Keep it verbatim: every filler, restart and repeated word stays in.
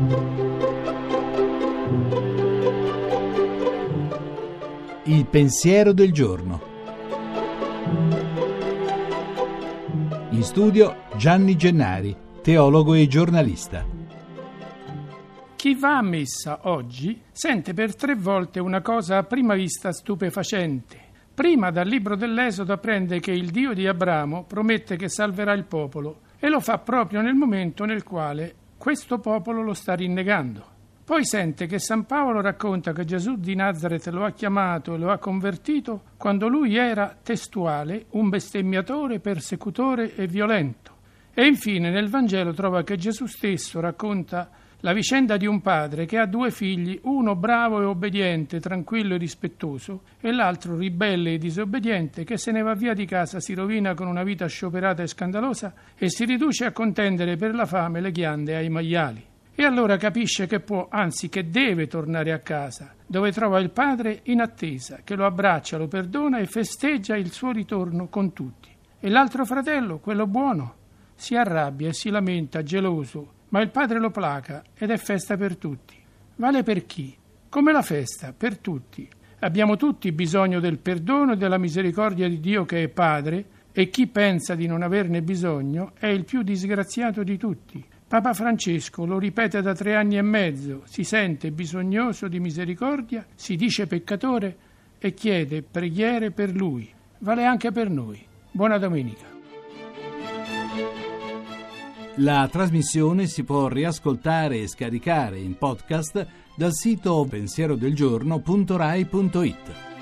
Il pensiero del giorno. In studio Gianni Gennari, teologo e giornalista. Chi va a messa oggi sente per tre volte una cosa a prima vista stupefacente. Prima, dal libro dell'Esodo, apprende che il Dio di Abramo promette che salverà il popolo e lo fa proprio nel momento nel quale questo popolo lo sta rinnegando. Poi sente che San Paolo racconta che Gesù di Nazaret lo ha chiamato e lo ha convertito quando lui era, testuale, un bestemmiatore, persecutore e violento. E infine nel Vangelo trova che Gesù stesso racconta la vicenda di un padre che ha due figli, uno bravo e obbediente, tranquillo e rispettoso, e l'altro ribelle e disobbediente che se ne va via di casa, si rovina con una vita scioperata e scandalosa e si riduce a contendere per la fame le ghiande ai maiali. E allora capisce che può, anzi che deve tornare a casa, dove trova il padre in attesa, che lo abbraccia, lo perdona e festeggia il suo ritorno con tutti. E l'altro fratello, quello buono, si arrabbia e si lamenta, geloso, ma il padre lo placa ed è festa per tutti. Vale per chi? Come la festa, per tutti. Abbiamo tutti bisogno del perdono e della misericordia di Dio che è Padre, e chi pensa di non averne bisogno è il più disgraziato di tutti. Papa Francesco lo ripete da tre anni e mezzo, si sente bisognoso di misericordia, si dice peccatore e chiede preghiere per lui. Vale anche per noi. Buona domenica. La trasmissione si può riascoltare e scaricare in podcast dal sito pensierodelgiorno punto rai punto it.